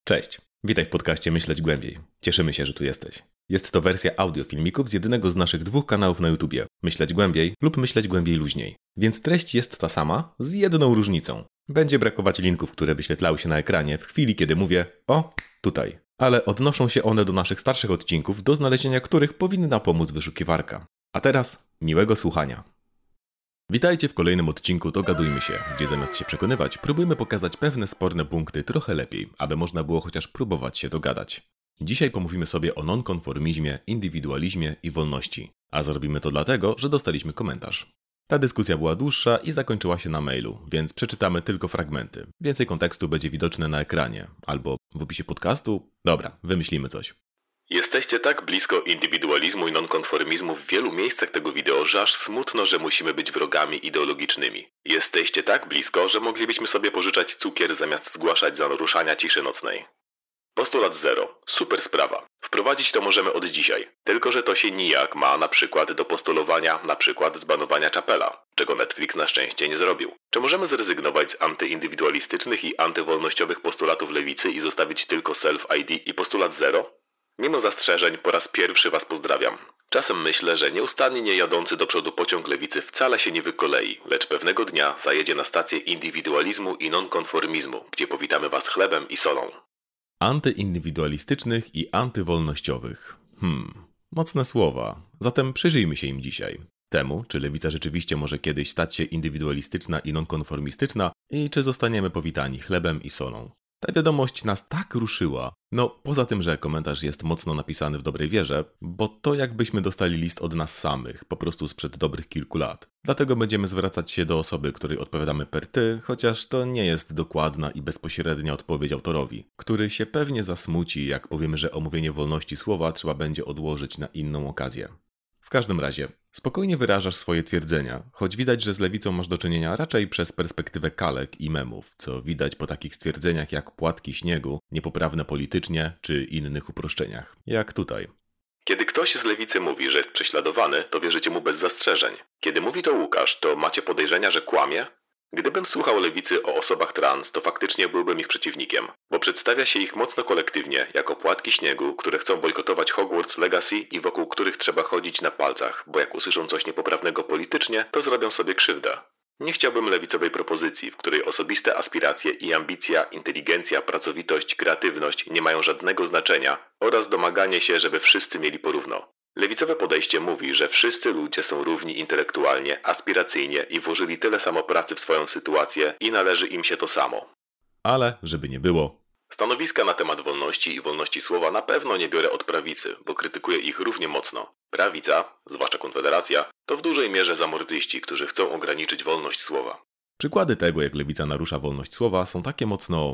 Cześć, witaj w podcaście Myśleć Głębiej. Cieszymy się, że tu jesteś. Jest to wersja audio filmików z jednego z naszych dwóch kanałów na YouTubie. Myśleć Głębiej lub Myśleć Głębiej Luźniej. Więc treść jest ta sama, z jedną różnicą. Będzie brakować linków, które wyświetlały się na ekranie w chwili, kiedy mówię o, tutaj. Ale odnoszą się one do naszych starszych odcinków, do znalezienia których powinna pomóc wyszukiwarka. A teraz miłego słuchania. Witajcie w kolejnym odcinku Dogadujmy się, gdzie zamiast się przekonywać, próbujemy pokazać pewne sporne punkty trochę lepiej, aby można było chociaż próbować się dogadać. Dzisiaj pomówimy sobie o nonkonformizmie, indywidualizmie i wolności. A zrobimy to dlatego, że dostaliśmy komentarz. Ta dyskusja była dłuższa i zakończyła się na mailu, więc przeczytamy tylko fragmenty. Więcej kontekstu będzie widoczne na ekranie, albo w opisie podcastu. Dobra, wymyślimy coś. Jesteście tak blisko indywidualizmu i nonkonformizmu w wielu miejscach tego wideo, że aż smutno, że musimy być wrogami ideologicznymi. Jesteście tak blisko, że moglibyśmy sobie pożyczać cukier zamiast zgłaszać za naruszania ciszy nocnej. Postulat 0. Super sprawa. Wprowadzić to możemy od dzisiaj. Tylko że to się nijak ma na przykład do postulowania na przykład zbanowania Chappella, czego Netflix na szczęście nie zrobił. Czy możemy zrezygnować z antyindywidualistycznych i antywolnościowych postulatów lewicy i zostawić tylko self-ID i postulat 0? Mimo zastrzeżeń po raz pierwszy Was pozdrawiam. Czasem myślę, że nieustannie nie jadący do przodu pociąg lewicy wcale się nie wykolei, lecz pewnego dnia zajedzie na stację indywidualizmu i nonkonformizmu, gdzie powitamy Was chlebem i solą. Antyindywidualistycznych i antywolnościowych. Mocne słowa. Zatem przyjrzyjmy się im dzisiaj. Temu, czy lewica rzeczywiście może kiedyś stać się indywidualistyczna i nonkonformistyczna i czy zostaniemy powitani chlebem i solą. Ta wiadomość nas tak ruszyła, poza tym, że komentarz jest mocno napisany w dobrej wierze, bo to jakbyśmy dostali list od nas samych, po prostu sprzed dobrych kilku lat. Dlatego będziemy zwracać się do osoby, której odpowiadamy per ty, chociaż to nie jest dokładna i bezpośrednia odpowiedź autorowi, który się pewnie zasmuci, jak powiemy, że omówienie wolności słowa trzeba będzie odłożyć na inną okazję. W każdym razie, spokojnie wyrażasz swoje twierdzenia, choć widać, że z lewicą masz do czynienia raczej przez perspektywę kalek i memów, co widać po takich stwierdzeniach jak płatki śniegu, niepoprawne politycznie czy innych uproszczeniach, jak tutaj. Kiedy ktoś z lewicy mówi, że jest prześladowany, to wierzycie mu bez zastrzeżeń. Kiedy mówi to Łukasz, to macie podejrzenia, że kłamie? Gdybym słuchał lewicy o osobach trans, to faktycznie byłbym ich przeciwnikiem, bo przedstawia się ich mocno kolektywnie, jako płatki śniegu, które chcą bojkotować Hogwarts Legacy i wokół których trzeba chodzić na palcach, bo jak usłyszą coś niepoprawnego politycznie, to zrobią sobie krzywdę. Nie chciałbym lewicowej propozycji, w której osobiste aspiracje i ambicja, inteligencja, pracowitość, kreatywność nie mają żadnego znaczenia oraz domaganie się, żeby wszyscy mieli porówno. Lewicowe podejście mówi, że wszyscy ludzie są równi intelektualnie, aspiracyjnie i włożyli tyle samo pracy w swoją sytuację i należy im się to samo. Ale, żeby nie było. Stanowiska na temat wolności i wolności słowa na pewno nie biorę od prawicy, bo krytykuję ich równie mocno. Prawica, zwłaszcza Konfederacja, to w dużej mierze zamordyści, którzy chcą ograniczyć wolność słowa. Przykłady tego, jak lewica narusza wolność słowa, są takie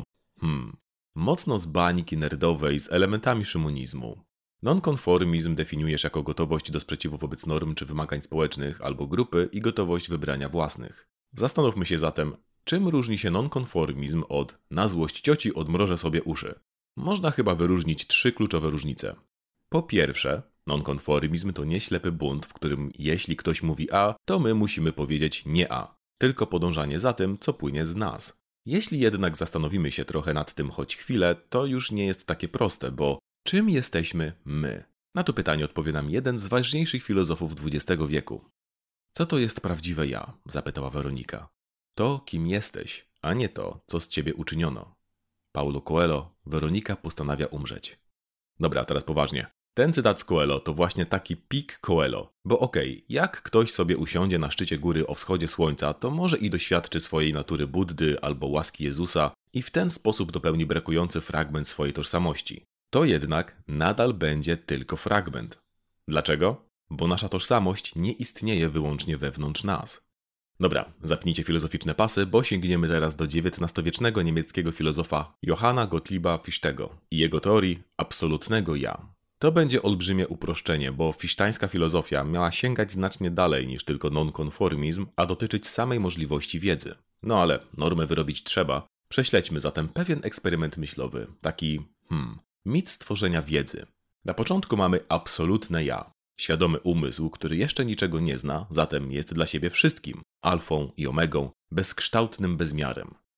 mocno z bańki nerdowej z elementami szymonizmu. Nonkonformizm definiujesz jako gotowość do sprzeciwu wobec norm czy wymagań społecznych albo grupy i gotowość wybrania własnych. Zastanówmy się zatem, czym różni się nonkonformizm od na złość cioci odmrożę sobie uszy. Można chyba wyróżnić 3 kluczowe różnice. Po pierwsze, nonkonformizm to nie ślepy bunt, w którym jeśli ktoś mówi A, to my musimy powiedzieć nie A, tylko podążanie za tym, co płynie z nas. Jeśli jednak zastanowimy się trochę nad tym choć chwilę, to już nie jest takie proste, bo czym jesteśmy my? Na to pytanie odpowie nam jeden z ważniejszych filozofów XX wieku. Co to jest prawdziwe ja? Zapytała Weronika. To, kim jesteś, a nie to, co z ciebie uczyniono. Paulo Coelho, Weronika postanawia umrzeć. Dobra, teraz poważnie. Ten cytat z Coelho to właśnie taki pik Coelho. Bo jak ktoś sobie usiądzie na szczycie góry o wschodzie słońca, to może i doświadczy swojej natury Buddy albo łaski Jezusa i w ten sposób dopełni brakujący fragment swojej tożsamości. To jednak nadal będzie tylko fragment. Dlaczego? Bo nasza tożsamość nie istnieje wyłącznie wewnątrz nas. Dobra, zapnijcie filozoficzne pasy, bo sięgniemy teraz do XIX-wiecznego niemieckiego filozofa Johanna Gottlieba Fichtego i jego teorii absolutnego ja. To będzie olbrzymie uproszczenie, bo fichtańska filozofia miała sięgać znacznie dalej niż tylko nonkonformizm, a dotyczyć samej możliwości wiedzy. Ale normę wyrobić trzeba. Prześledźmy zatem pewien eksperyment myślowy, taki mit stworzenia wiedzy. Na początku mamy absolutne ja. Świadomy umysł, który jeszcze niczego nie zna, zatem jest dla siebie wszystkim. Alfą i omegą, bezkształtnym bezmiarem.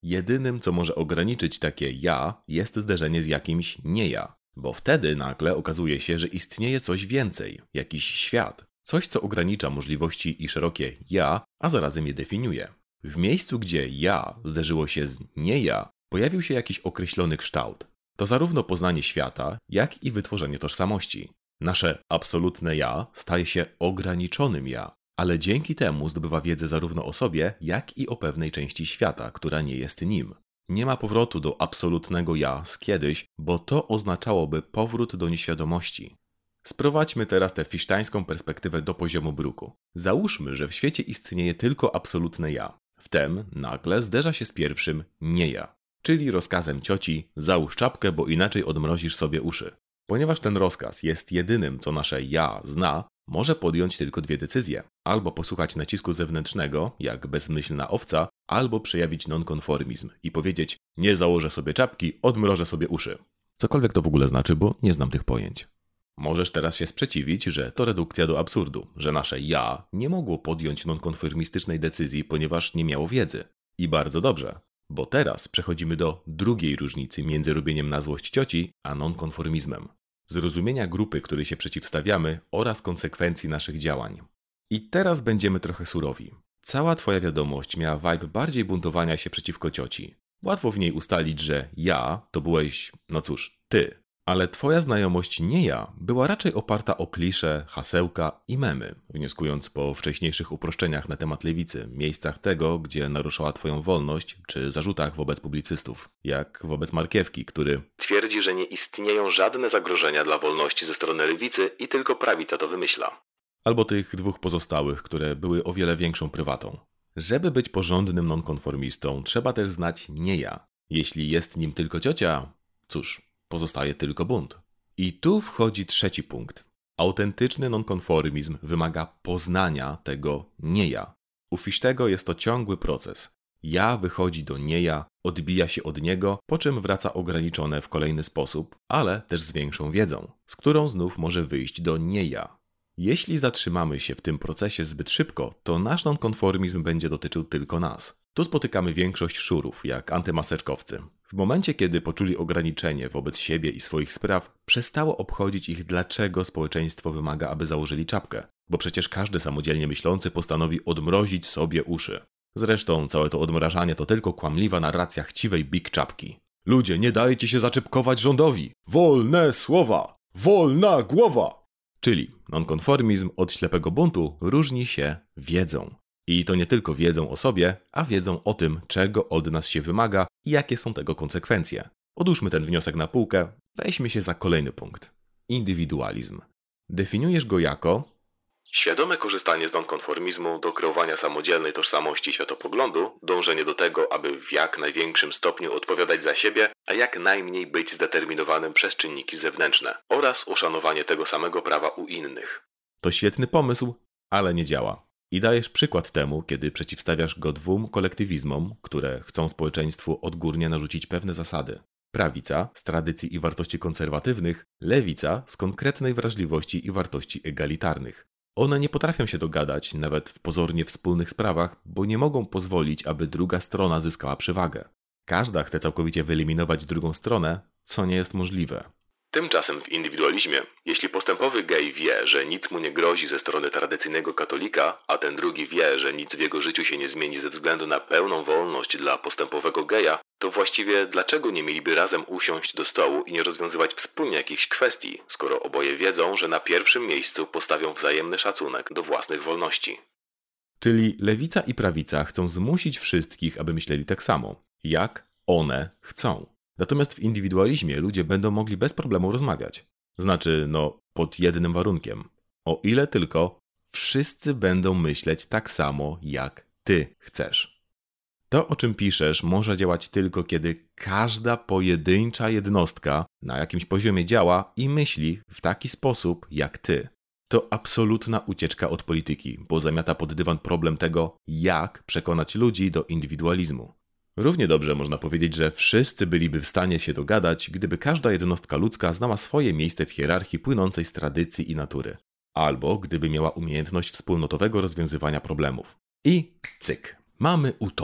Jedynym, co może ograniczyć takie ja, jest zderzenie z jakimś nie ja. Bo wtedy nagle okazuje się, że istnieje coś więcej, jakiś świat. Coś, co ogranicza możliwości i szerokie ja, a zarazem je definiuje. W miejscu, gdzie ja zderzyło się z nie ja, pojawił się jakiś określony kształt. To zarówno poznanie świata, jak i wytworzenie tożsamości. Nasze absolutne ja staje się ograniczonym ja, ale dzięki temu zdobywa wiedzę zarówno o sobie, jak i o pewnej części świata, która nie jest nim. Nie ma powrotu do absolutnego ja z kiedyś, bo to oznaczałoby powrót do nieświadomości. Sprowadźmy teraz tę fisztańską perspektywę do poziomu bruku. Załóżmy, że w świecie istnieje tylko absolutne ja. Wtem nagle zderza się z pierwszym nie ja, czyli rozkazem cioci załóż czapkę, bo inaczej odmrozisz sobie uszy. Ponieważ ten rozkaz jest jedynym, co nasze ja zna, może podjąć tylko dwie decyzje. Albo posłuchać nacisku zewnętrznego, jak bezmyślna owca, albo przejawić nonkonformizm i powiedzieć nie założę sobie czapki, odmrożę sobie uszy. Cokolwiek to w ogóle znaczy, bo nie znam tych pojęć. Możesz teraz się sprzeciwić, że to redukcja do absurdu, że nasze ja nie mogło podjąć nonkonformistycznej decyzji, ponieważ nie miało wiedzy. I bardzo dobrze, bo teraz przechodzimy do drugiej różnicy między robieniem na złość cioci a nonkonformizmem. Zrozumienia grupy, której się przeciwstawiamy oraz konsekwencji naszych działań. I teraz będziemy trochę surowi. Cała twoja wiadomość miała vibe bardziej buntowania się przeciwko cioci. Łatwo w niej ustalić, że ja to byłeś, no cóż, ty. Ale twoja znajomość nie ja była raczej oparta o klisze, hasełka i memy, wnioskując po wcześniejszych uproszczeniach na temat lewicy, miejscach tego, gdzie naruszała twoją wolność, czy zarzutach wobec publicystów, jak wobec Markiewki, który twierdzi, że nie istnieją żadne zagrożenia dla wolności ze strony lewicy i tylko prawica to wymyśla. Albo tych dwóch pozostałych, które były o wiele większą prywatą. Żeby być porządnym nonkonformistą, trzeba też znać nie ja. Jeśli jest nim tylko ciocia, cóż, pozostaje tylko bunt. I tu wchodzi trzeci punkt. Autentyczny nonkonformizm wymaga poznania tego nie ja. U Fichtego jest to ciągły proces. Ja wychodzi do nie ja, odbija się od niego, po czym wraca ograniczone w kolejny sposób, ale też z większą wiedzą, z którą znów może wyjść do nie ja. Jeśli zatrzymamy się w tym procesie zbyt szybko, to nasz nonkonformizm będzie dotyczył tylko nas. Tu spotykamy większość szurów, jak antymaseczkowcy. W momencie, kiedy poczuli ograniczenie wobec siebie i swoich spraw, przestało obchodzić ich, dlaczego społeczeństwo wymaga, aby założyli czapkę. Bo przecież każdy samodzielnie myślący postanowi odmrozić sobie uszy. Zresztą całe to odmrażanie to tylko kłamliwa narracja chciwej Big Czapki. Ludzie, nie dajcie się zaczepkować rządowi! Wolne słowa! Wolna głowa! Czyli nonkonformizm od ślepego buntu różni się wiedzą. I to nie tylko wiedzą o sobie, a wiedzą o tym, czego od nas się wymaga i jakie są tego konsekwencje. Odłóżmy ten wniosek na półkę, weźmy się za kolejny punkt. Indywidualizm. Definiujesz go jako świadome korzystanie z nonkonformizmu do kreowania samodzielnej tożsamości i światopoglądu, dążenie do tego, aby w jak największym stopniu odpowiadać za siebie, a jak najmniej być zdeterminowanym przez czynniki zewnętrzne oraz uszanowanie tego samego prawa u innych. To świetny pomysł, ale nie działa. I dajesz przykład temu, kiedy przeciwstawiasz go dwóm kolektywizmom, które chcą społeczeństwu odgórnie narzucić pewne zasady. Prawica z tradycji i wartości konserwatywnych, lewica z konkretnej wrażliwości i wartości egalitarnych. One nie potrafią się dogadać nawet w pozornie wspólnych sprawach, bo nie mogą pozwolić, aby druga strona zyskała przewagę. Każda chce całkowicie wyeliminować drugą stronę, co nie jest możliwe. Tymczasem w indywidualizmie, jeśli postępowy gej wie, że nic mu nie grozi ze strony tradycyjnego katolika, a ten drugi wie, że nic w jego życiu się nie zmieni ze względu na pełną wolność dla postępowego geja, to właściwie dlaczego nie mieliby razem usiąść do stołu i nie rozwiązywać wspólnie jakichś kwestii, skoro oboje wiedzą, że na pierwszym miejscu postawią wzajemny szacunek do własnych wolności? Czyli lewica i prawica chcą zmusić wszystkich, aby myśleli tak samo, jak one chcą. Natomiast w indywidualizmie ludzie będą mogli bez problemu rozmawiać. Znaczy, pod jednym warunkiem. O ile tylko wszyscy będą myśleć tak samo, jak ty chcesz. To, o czym piszesz, może działać tylko, kiedy każda pojedyncza jednostka na jakimś poziomie działa i myśli w taki sposób, jak ty. To absolutna ucieczka od polityki, bo zamiata pod dywan problem tego, jak przekonać ludzi do indywidualizmu. Równie dobrze można powiedzieć, że wszyscy byliby w stanie się dogadać, gdyby każda jednostka ludzka znała swoje miejsce w hierarchii płynącej z tradycji i natury. Albo gdyby miała umiejętność wspólnotowego rozwiązywania problemów. I cyk, mamy utopię.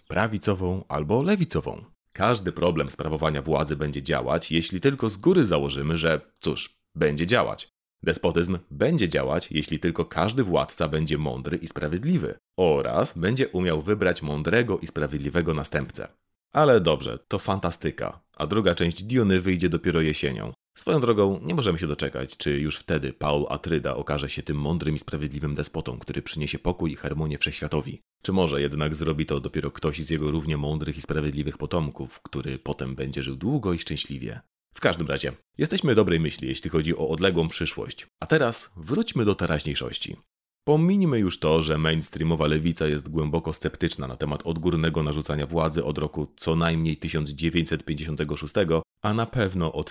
prawicową albo lewicową. Każdy problem sprawowania władzy będzie działać, jeśli tylko z góry założymy, że będzie działać. Despotyzm będzie działać, jeśli tylko każdy władca będzie mądry i sprawiedliwy oraz będzie umiał wybrać mądrego i sprawiedliwego następcę. Ale dobrze, to fantastyka, a druga część Duny wyjdzie dopiero jesienią. Swoją drogą nie możemy się doczekać, czy już wtedy Paul Atreides okaże się tym mądrym i sprawiedliwym despotą, który przyniesie pokój i harmonię wszechświatowi. Czy może jednak zrobi to dopiero ktoś z jego równie mądrych i sprawiedliwych potomków, który potem będzie żył długo i szczęśliwie. W każdym razie, jesteśmy dobrej myśli, jeśli chodzi o odległą przyszłość. A teraz wróćmy do teraźniejszości. Pominijmy już to, że mainstreamowa lewica jest głęboko sceptyczna na temat odgórnego narzucania władzy od roku co najmniej 1956, a na pewno od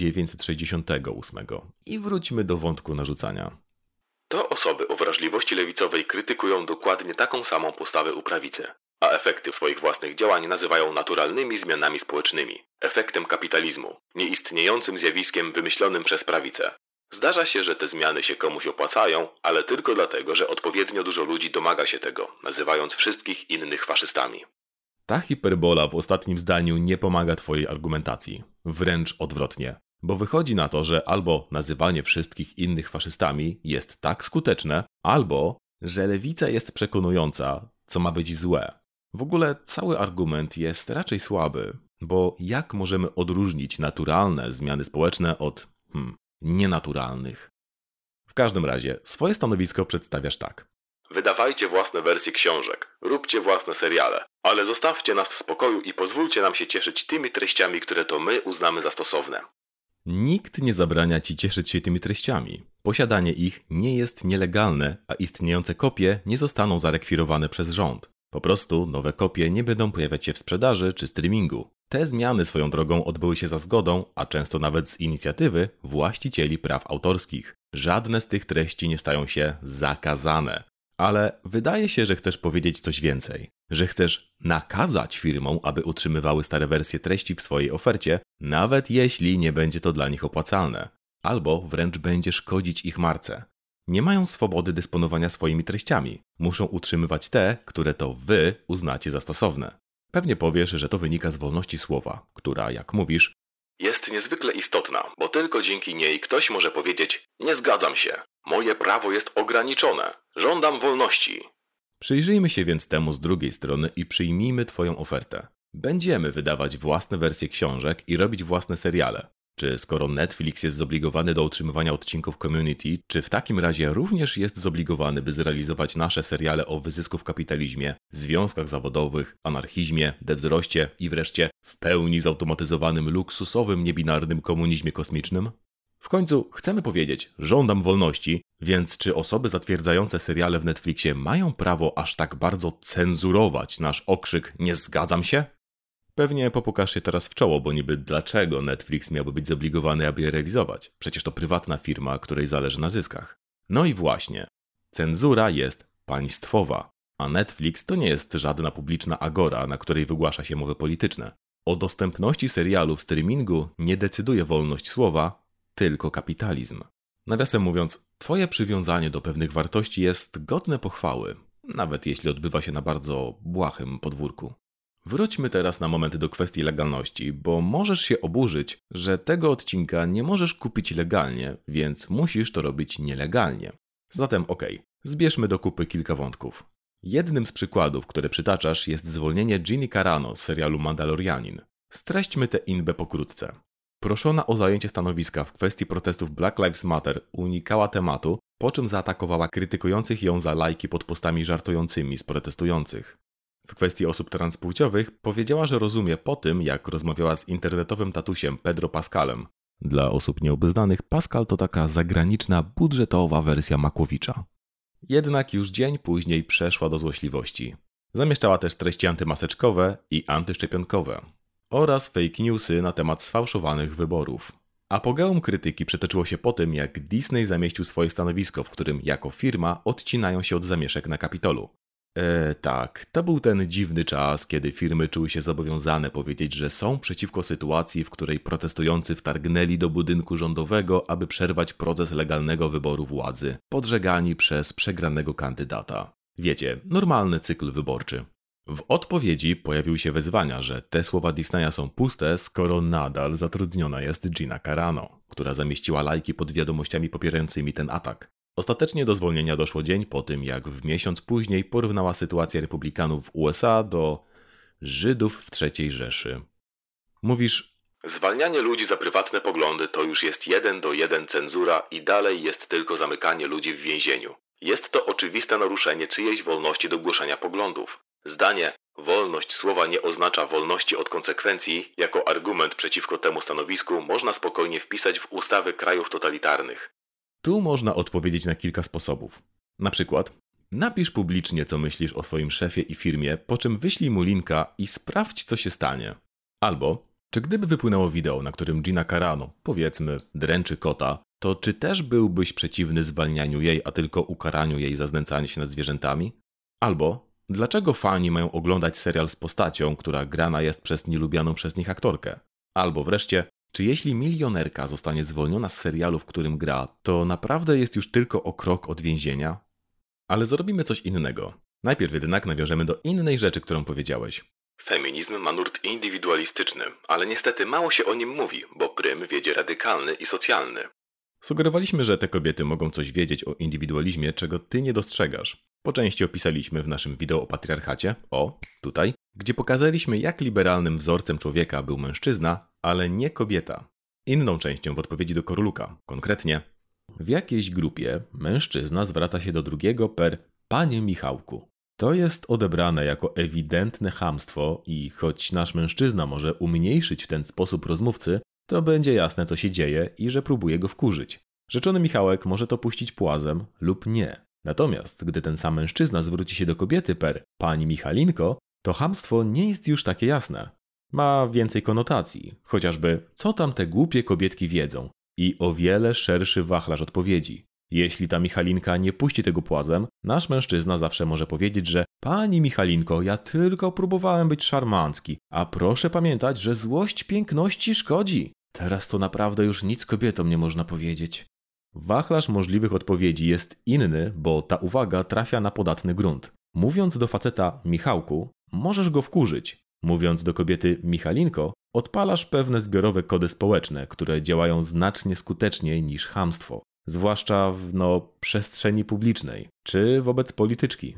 1968. I wróćmy do wątku narzucania. To osoby o wrażliwości lewicowej krytykują dokładnie taką samą postawę u prawicy, a efekty swoich własnych działań nazywają naturalnymi zmianami społecznymi, efektem kapitalizmu, nieistniejącym zjawiskiem wymyślonym przez prawicę. Zdarza się, że te zmiany się komuś opłacają, ale tylko dlatego, że odpowiednio dużo ludzi domaga się tego, nazywając wszystkich innych faszystami. Ta hiperbola w ostatnim zdaniu nie pomaga twojej argumentacji. Wręcz odwrotnie. Bo wychodzi na to, że albo nazywanie wszystkich innych faszystami jest tak skuteczne, albo że lewica jest przekonująca, co ma być złe. W ogóle cały argument jest raczej słaby, bo jak możemy odróżnić naturalne zmiany społeczne od nienaturalnych? W każdym razie swoje stanowisko przedstawiasz tak. Wydawajcie własne wersje książek, róbcie własne seriale, ale zostawcie nas w spokoju i pozwólcie nam się cieszyć tymi treściami, które to my uznamy za stosowne. Nikt nie zabrania ci cieszyć się tymi treściami. Posiadanie ich nie jest nielegalne, a istniejące kopie nie zostaną zarekwirowane przez rząd. Po prostu nowe kopie nie będą pojawiać się w sprzedaży czy streamingu. Te zmiany swoją drogą odbyły się za zgodą, a często nawet z inicjatywy właścicieli praw autorskich. Żadne z tych treści nie stają się zakazane. Ale wydaje się, że chcesz powiedzieć coś więcej. Że chcesz nakazać firmom, aby utrzymywały stare wersje treści w swojej ofercie, nawet jeśli nie będzie to dla nich opłacalne. Albo wręcz będzie szkodzić ich marce. Nie mają swobody dysponowania swoimi treściami. Muszą utrzymywać te, które to wy uznacie za stosowne. Pewnie powiesz, że to wynika z wolności słowa, która, jak mówisz, jest niezwykle istotna, bo tylko dzięki niej ktoś może powiedzieć: nie zgadzam się, moje prawo jest ograniczone, żądam wolności. Przyjrzyjmy się więc temu z drugiej strony i przyjmijmy twoją ofertę. Będziemy wydawać własne wersje książek i robić własne seriale. Czy skoro Netflix jest zobligowany do utrzymywania odcinków Community, czy w takim razie również jest zobligowany, by zrealizować nasze seriale o wyzysku w kapitalizmie, związkach zawodowych, anarchizmie, dewzroście i wreszcie w pełni zautomatyzowanym, luksusowym, niebinarnym komunizmie kosmicznym? W końcu chcemy powiedzieć: żądam wolności, więc czy osoby zatwierdzające seriale w Netflixie mają prawo aż tak bardzo cenzurować nasz okrzyk „nie zgadzam się”? Pewnie popukasz się teraz w czoło, bo niby dlaczego Netflix miałby być zobligowany, aby je realizować? Przecież to prywatna firma, której zależy na zyskach. No i właśnie, cenzura jest państwowa, a Netflix to nie jest żadna publiczna agora, na której wygłasza się mowy polityczne. O dostępności serialu w streamingu nie decyduje wolność słowa, tylko kapitalizm. Nawiasem mówiąc, twoje przywiązanie do pewnych wartości jest godne pochwały, nawet jeśli odbywa się na bardzo błahym podwórku. Wróćmy teraz na moment do kwestii legalności, bo możesz się oburzyć, że tego odcinka nie możesz kupić legalnie, więc musisz to robić nielegalnie. Zatem zbierzmy do kupy kilka wątków. Jednym z przykładów, które przytaczasz, jest zwolnienie Giny Carano z serialu Mandalorianin. Streśćmy tę inbę pokrótce. Proszona o zajęcie stanowiska w kwestii protestów Black Lives Matter unikała tematu, po czym zaatakowała krytykujących ją za lajki pod postami żartującymi z protestujących. W kwestii osób transpłciowych powiedziała, że rozumie po tym, jak rozmawiała z internetowym tatusiem Pedro Pascalem. Dla osób nieobeznanych, Pascal to taka zagraniczna, budżetowa wersja Makłowicza. Jednak już dzień później przeszła do złośliwości. Zamieszczała też treści antymaseczkowe i antyszczepionkowe oraz fake newsy na temat sfałszowanych wyborów. Apogeum krytyki przetoczyło się po tym, jak Disney zamieścił swoje stanowisko, w którym jako firma odcinają się od zamieszek na Kapitolu. Tak, to był ten dziwny czas, kiedy firmy czuły się zobowiązane powiedzieć, że są przeciwko sytuacji, w której protestujący wtargnęli do budynku rządowego, aby przerwać proces legalnego wyboru władzy, podżegani przez przegranego kandydata. Wiecie, normalny cykl wyborczy. W odpowiedzi pojawiły się wezwania, że te słowa Disneya są puste, skoro nadal zatrudniona jest Gina Carano, która zamieściła lajki pod wiadomościami popierającymi ten atak. Ostatecznie do zwolnienia doszło dzień po tym, jak w miesiąc później porównała sytuację republikanów w USA do Żydów w III Rzeszy. Mówisz, zwalnianie ludzi za prywatne poglądy to już jest 1:1 cenzura i dalej jest tylko zamykanie ludzi w więzieniu. Jest to oczywiste naruszenie czyjejś wolności do głoszenia poglądów. Zdanie wolność słowa nie oznacza wolności od konsekwencji jako argument przeciwko temu stanowisku można spokojnie wpisać w ustawy krajów totalitarnych. Tu można odpowiedzieć na kilka sposobów. Na przykład, napisz publicznie, co myślisz o swoim szefie i firmie, po czym wyślij mu linka i sprawdź, co się stanie. Albo, czy gdyby wypłynęło wideo, na którym Gina Carano, powiedzmy, dręczy kota, to czy też byłbyś przeciwny zwalnianiu jej, a tylko ukaraniu jej za znęcanie się nad zwierzętami? Albo, dlaczego fani mają oglądać serial z postacią, która grana jest przez nielubianą przez nich aktorkę? Albo wreszcie, czy jeśli milionerka zostanie zwolniona z serialu, w którym gra, to naprawdę jest już tylko o krok od więzienia? Ale zrobimy coś innego. Najpierw jednak nawiążemy do innej rzeczy, którą powiedziałeś. Feminizm ma nurt indywidualistyczny, ale niestety mało się o nim mówi, bo prym wiedzie radykalny i socjalny. Sugerowaliśmy, że te kobiety mogą coś wiedzieć o indywidualizmie, czego ty nie dostrzegasz. Po części opisaliśmy w naszym wideo o patriarchacie, tutaj, gdzie pokazaliśmy, jak liberalnym wzorcem człowieka był mężczyzna, ale nie kobieta. Inną częścią w odpowiedzi do Korluka, konkretnie, w jakiejś grupie mężczyzna zwraca się do drugiego panie Michałku. To jest odebrane jako ewidentne chamstwo i choć nasz mężczyzna może umniejszyć w ten sposób rozmówcy, to będzie jasne, co się dzieje i że próbuje go wkurzyć. Rzeczony Michałek może to puścić płazem lub nie. Natomiast gdy ten sam mężczyzna zwróci się do kobiety pani Michalinko, to chamstwo nie jest już takie jasne. Ma więcej konotacji, chociażby co tam te głupie kobietki wiedzą i o wiele szerszy wachlarz odpowiedzi. Jeśli ta Michalinka nie puści tego płazem, nasz mężczyzna zawsze może powiedzieć, że pani Michalinko, ja tylko próbowałem być szarmancki, a proszę pamiętać, że złość piękności szkodzi. Teraz to naprawdę już nic kobietom nie można powiedzieć. Wachlarz możliwych odpowiedzi jest inny, bo ta uwaga trafia na podatny grunt. Mówiąc do faceta Michałku, możesz go wkurzyć. Mówiąc do kobiety Michalinko, odpalasz pewne zbiorowe kody społeczne, które działają znacznie skuteczniej niż chamstwo. Zwłaszcza w przestrzeni publicznej, czy wobec polityczki.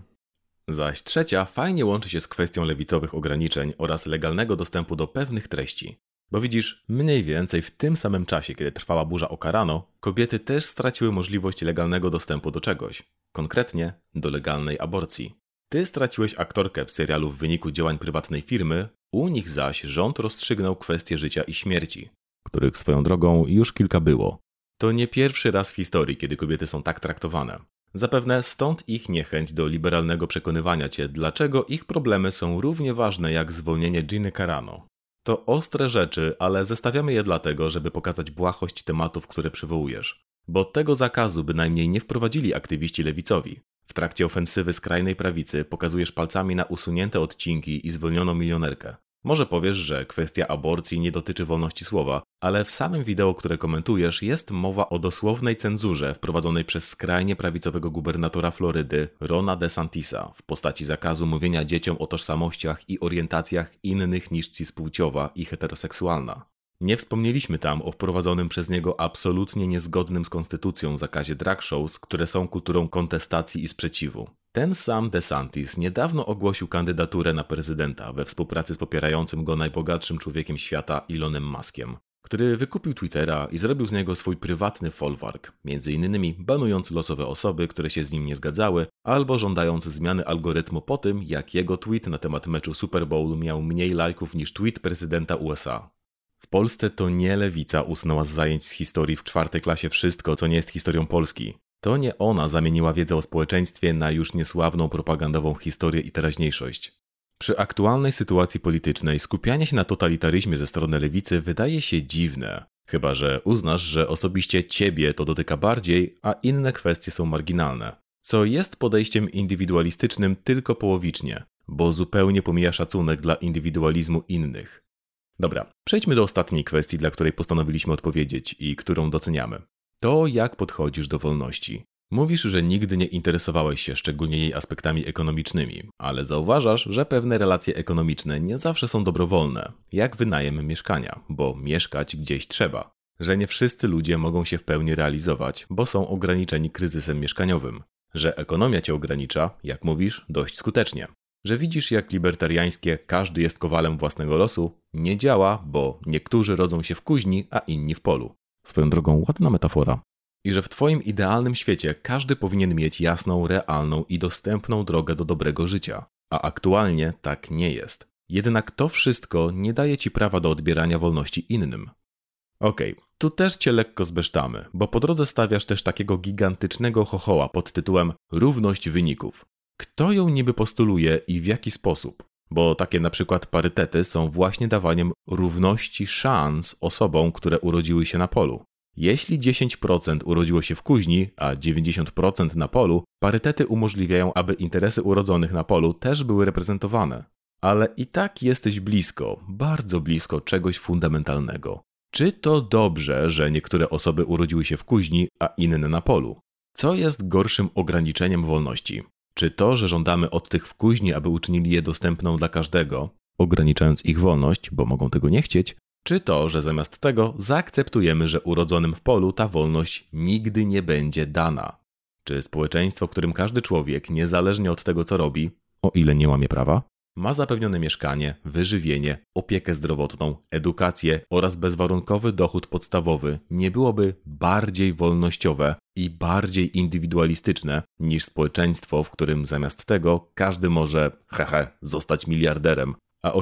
Zaś trzecia fajnie łączy się z kwestią lewicowych ograniczeń oraz legalnego dostępu do pewnych treści. Bo widzisz, mniej więcej w tym samym czasie, kiedy trwała burza o Carano, kobiety też straciły możliwość legalnego dostępu do czegoś. Konkretnie do legalnej aborcji. Ty straciłeś aktorkę w serialu w wyniku działań prywatnej firmy, u nich zaś rząd rozstrzygnął kwestie życia i śmierci, których swoją drogą już kilka było. To nie pierwszy raz w historii, kiedy kobiety są tak traktowane. Zapewne stąd ich niechęć do liberalnego przekonywania cię, dlaczego ich problemy są równie ważne jak zwolnienie Giny Carano. To ostre rzeczy, ale zestawiamy je dlatego, żeby pokazać błahość tematów, które przywołujesz. Bo tego zakazu bynajmniej nie wprowadzili aktywiści lewicowi. W trakcie ofensywy skrajnej prawicy pokazujesz palcami na usunięte odcinki i zwolnioną milionerkę. Może powiesz, że kwestia aborcji nie dotyczy wolności słowa, ale w samym wideo, które komentujesz, jest mowa o dosłownej cenzurze wprowadzonej przez skrajnie prawicowego gubernatora Florydy, Rona DeSantisa, w postaci zakazu mówienia dzieciom o tożsamościach i orientacjach innych niż cispłciowa i heteroseksualna. Nie wspomnieliśmy tam o wprowadzonym przez niego absolutnie niezgodnym z konstytucją zakazie drag shows, które są kulturą kontestacji i sprzeciwu. Ten sam DeSantis niedawno ogłosił kandydaturę na prezydenta we współpracy z popierającym go najbogatszym człowiekiem świata Elonem Muskiem, który wykupił Twittera i zrobił z niego swój prywatny folwark, m.in. banując losowe osoby, które się z nim nie zgadzały, albo żądając zmiany algorytmu po tym, jak jego tweet na temat meczu Super Bowl miał mniej lajków niż tweet prezydenta USA. W Polsce to nie lewica usunęła z zajęć z historii w 4. klasie wszystko, co nie jest historią Polski. To nie ona zamieniła wiedzę o społeczeństwie na już niesławną propagandową historię i teraźniejszość. Przy aktualnej sytuacji politycznej skupianie się na totalitaryzmie ze strony lewicy wydaje się dziwne. Chyba że uznasz, że osobiście ciebie to dotyka bardziej, a inne kwestie są marginalne. Co jest podejściem indywidualistycznym tylko połowicznie, bo zupełnie pomija szacunek dla indywidualizmu innych. Dobra, przejdźmy do ostatniej kwestii, dla której postanowiliśmy odpowiedzieć i którą doceniamy. To jak podchodzisz do wolności. Mówisz, że nigdy nie interesowałeś się szczególnie jej aspektami ekonomicznymi, ale zauważasz, że pewne relacje ekonomiczne nie zawsze są dobrowolne, jak wynajem mieszkania, bo mieszkać gdzieś trzeba. Że nie wszyscy ludzie mogą się w pełni realizować, bo są ograniczeni kryzysem mieszkaniowym. Że ekonomia cię ogranicza, jak mówisz, dość skutecznie. Że widzisz, jak libertariańskie każdy jest kowalem własnego losu nie działa, bo niektórzy rodzą się w kuźni, a inni w polu. Swoją drogą ładna metafora. I że w twoim idealnym świecie każdy powinien mieć jasną, realną i dostępną drogę do dobrego życia. A aktualnie tak nie jest. Jednak to wszystko nie daje ci prawa do odbierania wolności innym. Okej, tu też cię lekko zbesztamy, bo po drodze stawiasz też takiego gigantycznego chochoła pod tytułem równość wyników. Kto ją niby postuluje i w jaki sposób? Bo takie na przykład parytety są właśnie dawaniem równości szans osobom, które urodziły się na polu. Jeśli 10% urodziło się w kuźni, a 90% na polu, parytety umożliwiają, aby interesy urodzonych na polu też były reprezentowane. Ale i tak jesteś blisko, bardzo blisko czegoś fundamentalnego. Czy to dobrze, że niektóre osoby urodziły się w kuźni, a inne na polu? Co jest gorszym ograniczeniem wolności? Czy to, że żądamy od tych w kuźni, aby uczynili je dostępną dla każdego, ograniczając ich wolność, bo mogą tego nie chcieć? Czy to, że zamiast tego zaakceptujemy, że urodzonym w polu ta wolność nigdy nie będzie dana? Czy społeczeństwo, w którym każdy człowiek, niezależnie od tego co robi, o ile nie łamie prawa, ma zapewnione mieszkanie, wyżywienie, opiekę zdrowotną, edukację oraz bezwarunkowy dochód podstawowy, nie byłoby bardziej wolnościowe i bardziej indywidualistyczne niż społeczeństwo, w którym zamiast tego każdy może, zostać miliarderem, a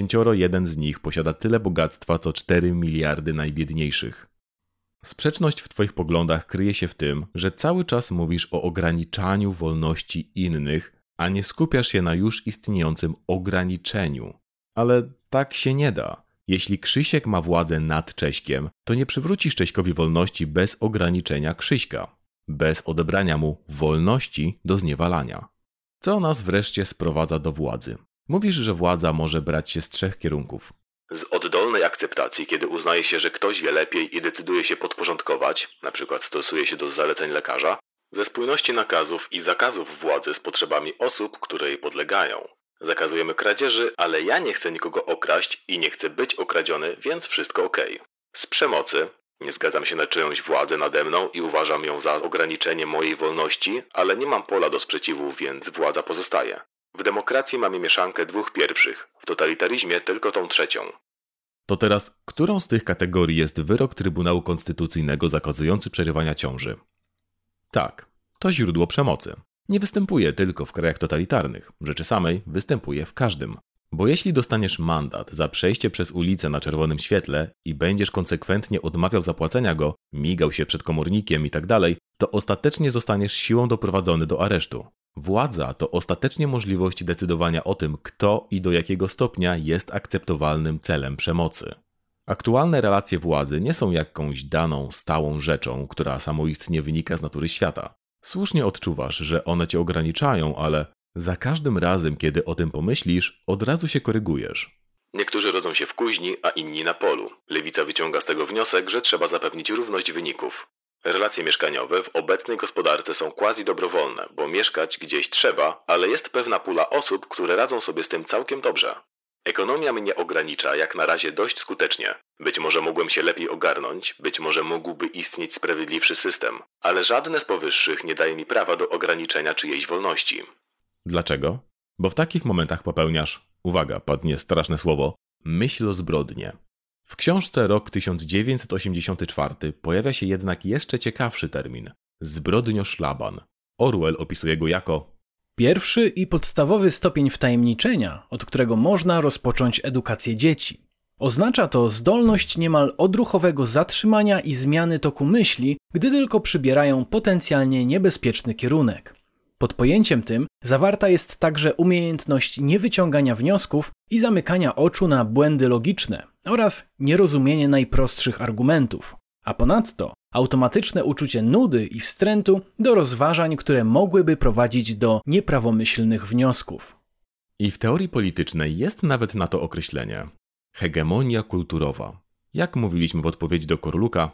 81 z nich posiada tyle bogactwa co 4 miliardy najbiedniejszych. Sprzeczność w twoich poglądach kryje się w tym, że cały czas mówisz o ograniczaniu wolności innych, a nie skupiasz się na już istniejącym ograniczeniu. Ale tak się nie da. Jeśli Krzysiek ma władzę nad Cześkiem, to nie przywrócisz Cześkowi wolności bez ograniczenia Krzyśka, bez odebrania mu wolności do zniewalania. Co nas wreszcie sprowadza do władzy? Mówisz, że władza może brać się z 3 kierunków. Z oddolnej akceptacji, kiedy uznaje się, że ktoś wie lepiej i decyduje się podporządkować, np. stosuje się do zaleceń lekarza, ze spójności nakazów i zakazów władzy z potrzebami osób, które jej podlegają. Zakazujemy kradzieży, ale ja nie chcę nikogo okraść i nie chcę być okradziony, więc wszystko okej. Z przemocy. Nie zgadzam się na czyjąś władzę nade mną i uważam ją za ograniczenie mojej wolności, ale nie mam pola do sprzeciwu, więc władza pozostaje. W demokracji mamy mieszankę 2 pierwszych, w totalitaryzmie tylko tą 3. To teraz, którą z tych kategorii jest wyrok Trybunału Konstytucyjnego zakazujący przerywania ciąży? Tak, to źródło przemocy. Nie występuje tylko w krajach totalitarnych, w rzeczy samej występuje w każdym. Bo jeśli dostaniesz mandat za przejście przez ulicę na czerwonym świetle i będziesz konsekwentnie odmawiał zapłacenia go, migał się przed komornikiem itd., to ostatecznie zostaniesz siłą doprowadzony do aresztu. Władza to ostatecznie możliwość decydowania o tym, kto i do jakiego stopnia jest akceptowalnym celem przemocy. Aktualne relacje władzy nie są jakąś daną, stałą rzeczą, która samoistnie wynika z natury świata. Słusznie odczuwasz, że one cię ograniczają, ale za każdym razem, kiedy o tym pomyślisz, od razu się korygujesz. Niektórzy rodzą się w kuźni, a inni na polu. Lewica wyciąga z tego wniosek, że trzeba zapewnić równość wyników. Relacje mieszkaniowe w obecnej gospodarce są quasi-dobrowolne, bo mieszkać gdzieś trzeba, ale jest pewna pula osób, które radzą sobie z tym całkiem dobrze. Ekonomia mnie ogranicza jak na razie dość skutecznie. Być może mógłbym się lepiej ogarnąć, być może mógłby istnieć sprawiedliwszy system, ale żadne z powyższych nie daje mi prawa do ograniczenia czyjejś wolności. Dlaczego? Bo w takich momentach popełniasz, uwaga, padnie straszne słowo, myślozbrodnie. W książce Rok 1984 pojawia się jednak jeszcze ciekawszy termin – zbrodnioszlaban. Orwell opisuje go jako pierwszy i podstawowy stopień wtajemniczenia, od którego można rozpocząć edukację dzieci. Oznacza to zdolność niemal odruchowego zatrzymania i zmiany toku myśli, gdy tylko przybierają potencjalnie niebezpieczny kierunek. Pod pojęciem tym zawarta jest także umiejętność niewyciągania wniosków i zamykania oczu na błędy logiczne oraz nierozumienie najprostszych argumentów, a ponadto automatyczne uczucie nudy i wstrętu do rozważań, które mogłyby prowadzić do nieprawomyślnych wniosków. I w teorii politycznej jest nawet na to określenie. Hegemonia kulturowa. Jak mówiliśmy w odpowiedzi do Korluka,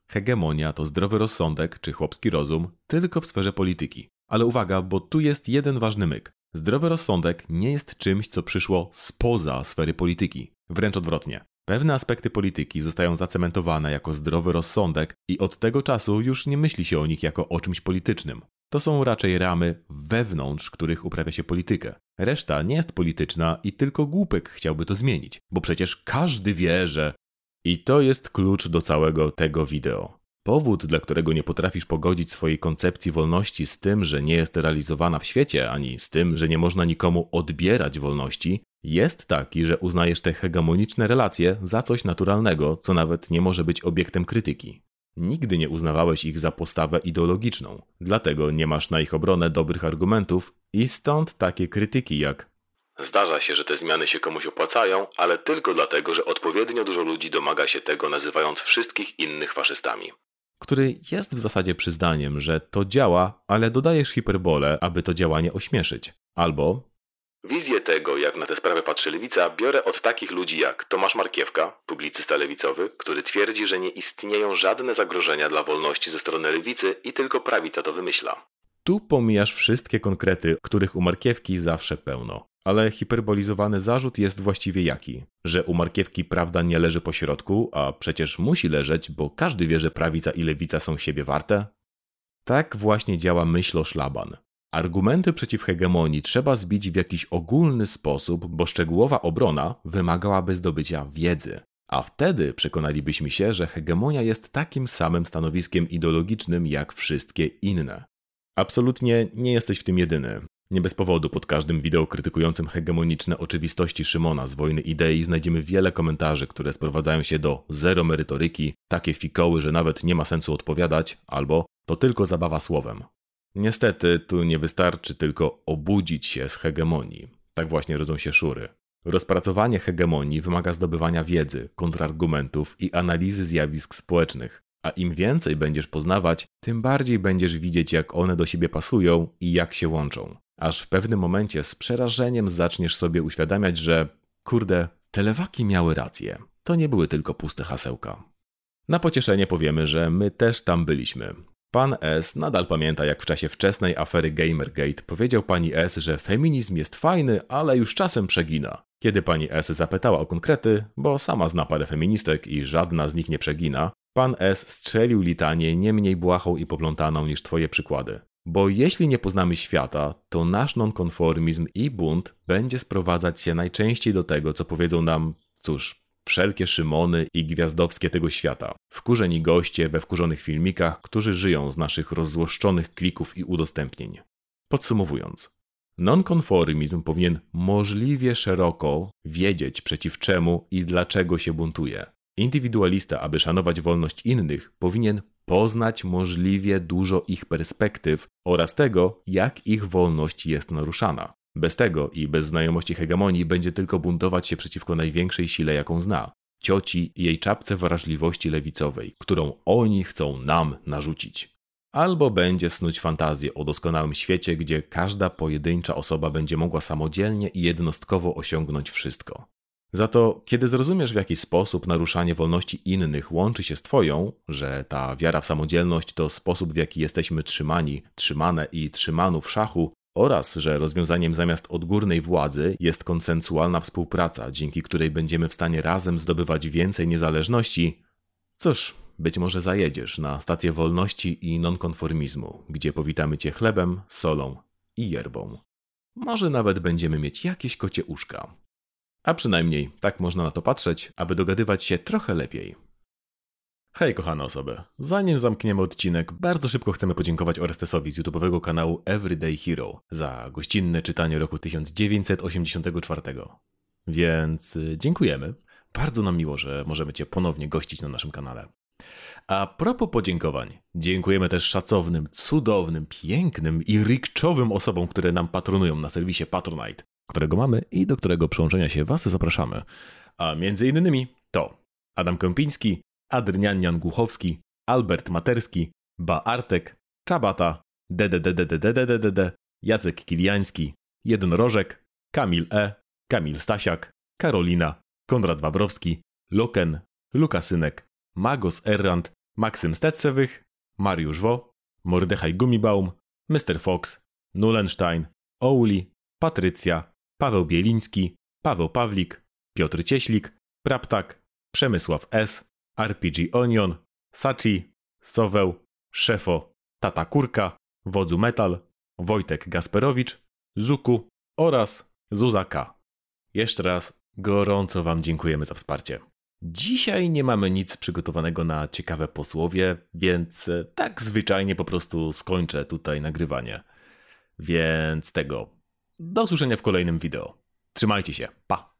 Hegemonia to zdrowy rozsądek czy chłopski rozum tylko w sferze polityki. Ale uwaga, bo tu jest jeden ważny myk. Zdrowy rozsądek nie jest czymś, co przyszło spoza sfery polityki. Wręcz odwrotnie. Pewne aspekty polityki zostają zacementowane jako zdrowy rozsądek i od tego czasu już nie myśli się o nich jako o czymś politycznym. To są raczej ramy wewnątrz których uprawia się politykę. Reszta nie jest polityczna i tylko głupek chciałby to zmienić, bo przecież każdy wie, że... I to jest klucz do całego tego wideo. Powód, dla którego nie potrafisz pogodzić swojej koncepcji wolności z tym, że nie jest realizowana w świecie, ani z tym, że nie można nikomu odbierać wolności, jest taki, że uznajesz te hegemoniczne relacje za coś naturalnego, co nawet nie może być obiektem krytyki. Nigdy nie uznawałeś ich za postawę ideologiczną, dlatego nie masz na ich obronę dobrych argumentów i stąd takie krytyki jak: zdarza się, że te zmiany się komuś opłacają, ale tylko dlatego, że odpowiednio dużo ludzi domaga się tego, nazywając wszystkich innych faszystami. Który jest w zasadzie przyznaniem, że to działa, ale dodajesz hiperbolę, aby to działanie ośmieszyć. Albo: wizję tego, jak na tę sprawę patrzy lewica, biorę od takich ludzi jak Tomasz Markiewka, publicysta lewicowy, który twierdzi, że nie istnieją żadne zagrożenia dla wolności ze strony lewicy i tylko prawica to wymyśla. Tu pomijasz wszystkie konkrety, których u Markiewki zawsze pełno. Ale hiperbolizowany zarzut jest właściwie jaki? Że u Markiewki prawda nie leży po środku, a przecież musi leżeć, bo każdy wie, że prawica i lewica są siebie warte? Tak właśnie działa myśloszlaban. Argumenty przeciw hegemonii trzeba zbić w jakiś ogólny sposób, bo szczegółowa obrona wymagałaby zdobycia wiedzy. A wtedy przekonalibyśmy się, że hegemonia jest takim samym stanowiskiem ideologicznym jak wszystkie inne. Absolutnie nie jesteś w tym jedyny. Nie bez powodu pod każdym wideo krytykującym hegemoniczne oczywistości Szymona z Wojny Idei znajdziemy wiele komentarzy, które sprowadzają się do zero merytoryki, takie fikoły, że nawet nie ma sensu odpowiadać, albo to tylko zabawa słowem. Niestety, tu nie wystarczy tylko obudzić się z hegemonii. Tak właśnie rodzą się szury. Rozpracowanie hegemonii wymaga zdobywania wiedzy, kontrargumentów i analizy zjawisk społecznych. A im więcej będziesz poznawać, tym bardziej będziesz widzieć, jak one do siebie pasują i jak się łączą. Aż w pewnym momencie z przerażeniem zaczniesz sobie uświadamiać, że kurde, te lewaki miały rację. To nie były tylko puste hasełka. Na pocieszenie powiemy, że my też tam byliśmy. Pan S. nadal pamięta, jak w czasie wczesnej afery Gamergate powiedział pani S., że feminizm jest fajny, ale już czasem przegina. Kiedy pani S. zapytała o konkrety, bo sama zna parę feministek i żadna z nich nie przegina, pan S. strzelił litanię nie mniej błahą i poplątaną niż twoje przykłady. Bo jeśli nie poznamy świata, to nasz nonkonformizm i bunt będzie sprowadzać się najczęściej do tego, co powiedzą nam, cóż, wszelkie Szymony i Gwiazdowskie tego świata. Wkurzeni goście we wkurzonych filmikach, którzy żyją z naszych rozzłoszczonych klików i udostępnień. Podsumowując, nonkonformizm powinien możliwie szeroko wiedzieć przeciw czemu i dlaczego się buntuje. Indywidualista, aby szanować wolność innych, powinien poznać możliwie dużo ich perspektyw oraz tego, jak ich wolność jest naruszana. Bez tego i bez znajomości hegemonii będzie tylko buntować się przeciwko największej sile, jaką zna. Cioci i jej czapce wrażliwości lewicowej, którą oni chcą nam narzucić. Albo będzie snuć fantazję o doskonałym świecie, gdzie każda pojedyncza osoba będzie mogła samodzielnie i jednostkowo osiągnąć wszystko. Za to, kiedy zrozumiesz, w jaki sposób naruszanie wolności innych łączy się z twoją, że ta wiara w samodzielność to sposób, w jaki jesteśmy trzymani, trzymane i trzymanu w szachu, oraz że rozwiązaniem zamiast odgórnej władzy jest konsensualna współpraca, dzięki której będziemy w stanie razem zdobywać więcej niezależności, cóż, być może zajedziesz na stację wolności i nonkonformizmu, gdzie powitamy cię chlebem, solą i yerbą. Może nawet będziemy mieć jakieś kocie uszka. A przynajmniej tak można na to patrzeć, aby dogadywać się trochę lepiej. Hej kochane osoby, zanim zamkniemy odcinek, bardzo szybko chcemy podziękować Orestesowi z YouTube'owego kanału Everyday Hero za gościnne czytanie roku 1984. Więc dziękujemy. Bardzo nam miło, że możemy Cię ponownie gościć na naszym kanale. A propos podziękowań, dziękujemy też szacownym, cudownym, pięknym i rikczowym osobom, które nam patronują na serwisie Patronite, którego mamy i do którego przyłączenia się Was zapraszamy. A między innymi to Adam Kępiński, Adrian Głuchowski, Albert Materski, Artek, Czabata, DDDDDDDDD, Jacek Kiliański, Jednorożek, Kamil E, Kamil Stasiak, Karolina, Konrad Wawrowski, Loken, Lukasynek, Magos Errant, Maksym Stetsewych, Mariusz Wo, Mordechaj Gumibaum, Mr. Fox, Nulenstein, Ouli, Patrycja, Paweł Bieliński, Paweł Pawlik, Piotr Cieślik, Praptak, Przemysław S., RPG Onion, Sachi, Soweł, Szefo, Tata Kurka, Wodzu Metal, Wojtek Gasperowicz, Zuku oraz Zuza K. Jeszcze raz gorąco Wam dziękujemy za wsparcie. Dzisiaj nie mamy nic przygotowanego na ciekawe posłowie, więc tak zwyczajnie po prostu skończę tutaj nagrywanie. Więc do usłyszenia w kolejnym wideo. Trzymajcie się, pa!